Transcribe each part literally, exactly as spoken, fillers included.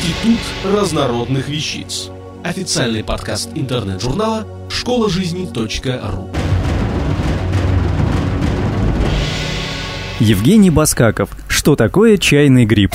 Институт разнородных вещиц. Официальный подкаст интернет-журнала школа жизни точка ру. Евгений Баскаков. Что такое чайный гриб?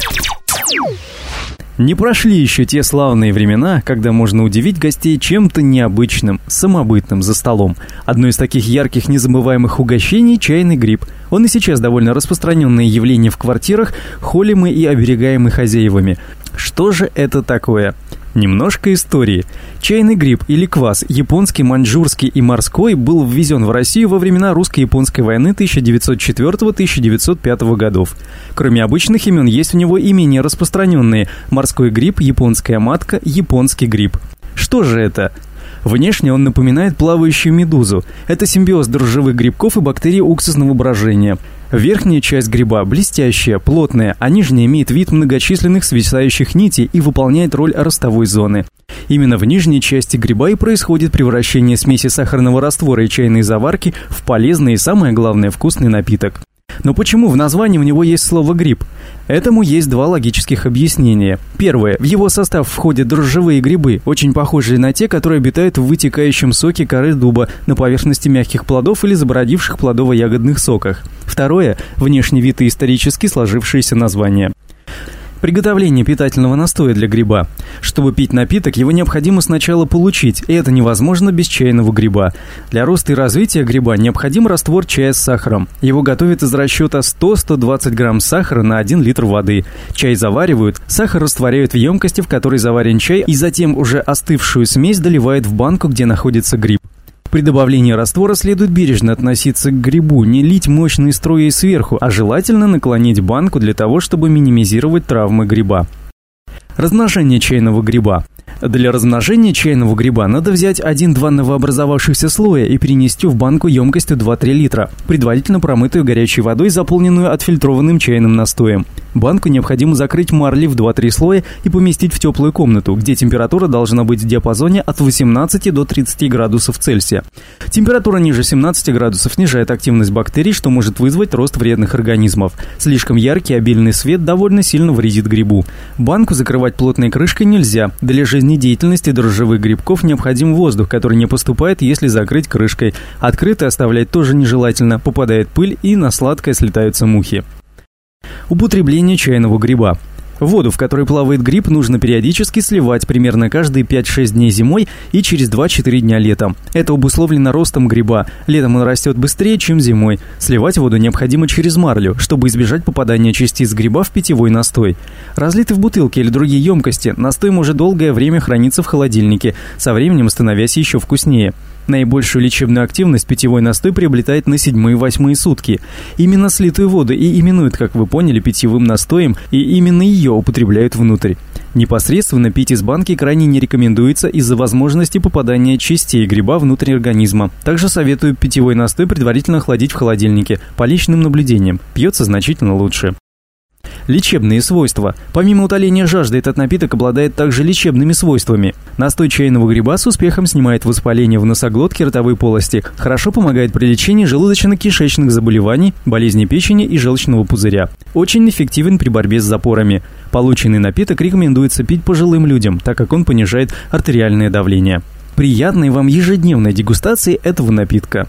Не прошли еще те славные времена, когда можно удивить гостей чем-то необычным, самобытным за столом. Одно из таких ярких, незабываемых угощений – чайный гриб. Он и сейчас довольно распространенное явление в квартирах, холимый и оберегаемый хозяевами. Что же это такое? Немножко истории. Чайный гриб или квас, японский, маньчжурский и морской, был ввезен в Россию во времена русско-японской войны тысяча девятьсот четвёртого — тысяча девятьсот пятого годов. Кроме обычных имен, есть у него и менее распространенные: морской гриб, японская матка, японский гриб. Что же это? Внешне он напоминает плавающую медузу. Это симбиоз дрожжевых грибков и бактерий уксусного брожения. Верхняя часть гриба блестящая, плотная, а нижняя имеет вид многочисленных свисающих нитей и выполняет роль ростовой зоны. Именно в нижней части гриба и происходит превращение смеси сахарного раствора и чайной заварки в полезный и, самое главное, вкусный напиток. Но почему в названии у него есть слово «гриб»? Этому есть два логических объяснения. Первое. В его состав входят дрожжевые грибы, очень похожие на те, которые обитают в вытекающем соке коры дуба, на поверхности мягких плодов или забородивших плодово-ягодных соках. Второе. Внешний вид и исторически сложившееся название. Приготовление питательного настоя для гриба. Чтобы пить напиток, его необходимо сначала получить, и это невозможно без чайного гриба. Для роста и развития гриба необходим раствор чая с сахаром. Его готовят из расчета сто — сто двадцать грамм сахара на один литр воды. Чай заваривают, сахар растворяют в емкости, в которой заварен чай, и затем уже остывшую смесь доливают в банку, где находится гриб. При добавлении раствора следует бережно относиться к грибу, не лить мощные струи сверху, а желательно наклонить банку для того, чтобы минимизировать травмы гриба. Размножение чайного гриба. Для размножения чайного гриба надо взять один-два новообразовавшихся слоя и перенести в банку емкостью два-три литра, предварительно промытую горячей водой, заполненную отфильтрованным чайным настоем. Банку необходимо закрыть марлей в два-три слоя и поместить в теплую комнату, где температура должна быть в диапазоне от восемнадцати до тридцати градусов Цельсия. Температура ниже семнадцати градусов снижает активность бактерий, что может вызвать рост вредных организмов. Слишком яркий обильный свет довольно сильно вредит грибу. Банку закрывать плотной крышкой нельзя. Для жизнедеятельности дрожжевых грибков необходим воздух, который не поступает, если закрыть крышкой. Открыто оставлять тоже нежелательно, попадает пыль и на сладкое слетаются мухи. Употребление чайного гриба. Воду, в которой плавает гриб, нужно периодически сливать примерно каждые пять-шесть дней зимой и через два-четыре дня летом. Это обусловлено ростом гриба. Летом он растет быстрее, чем зимой. Сливать воду необходимо через марлю, чтобы избежать попадания частиц гриба в питьевой настой. Разлитый в бутылке или другие емкости, настой может долгое время храниться в холодильнике, со временем становясь еще вкуснее. Наибольшую лечебную активность питьевой настой приобретает на седьмые-восьмые сутки. Именно слитую воду и именуют, как вы поняли, питьевым настоем, и именно ее употребляют внутрь. Непосредственно пить из банки крайне не рекомендуется из-за возможности попадания частей гриба внутрь организма. Также советую питьевой настой предварительно охладить в холодильнике, по личным наблюдениям. Пьется значительно лучше. Лечебные свойства. Помимо утоления жажды, этот напиток обладает также лечебными свойствами. Настой чайного гриба с успехом снимает воспаление в носоглотке, ротовой полости, хорошо помогает при лечении желудочно-кишечных заболеваний, болезней печени и желчного пузыря. Очень эффективен при борьбе с запорами. Полученный напиток рекомендуется пить пожилым людям, так как он понижает артериальное давление. Приятной вам ежедневной дегустации этого напитка.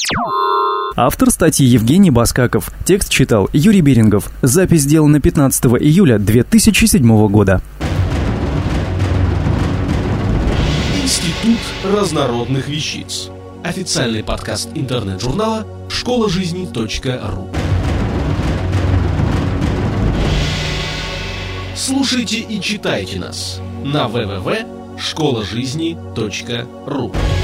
Автор статьи Евгений Баскаков. Текст читал Юрий Берингов. Запись сделана пятнадцатого июля две тысячи седьмого года. Институт разнородных вещиц. Официальный подкаст интернет-журнала школа жизни точка ру. Слушайте и читайте нас на дабл ю дабл ю дабл ю точка школа жизни точка ру.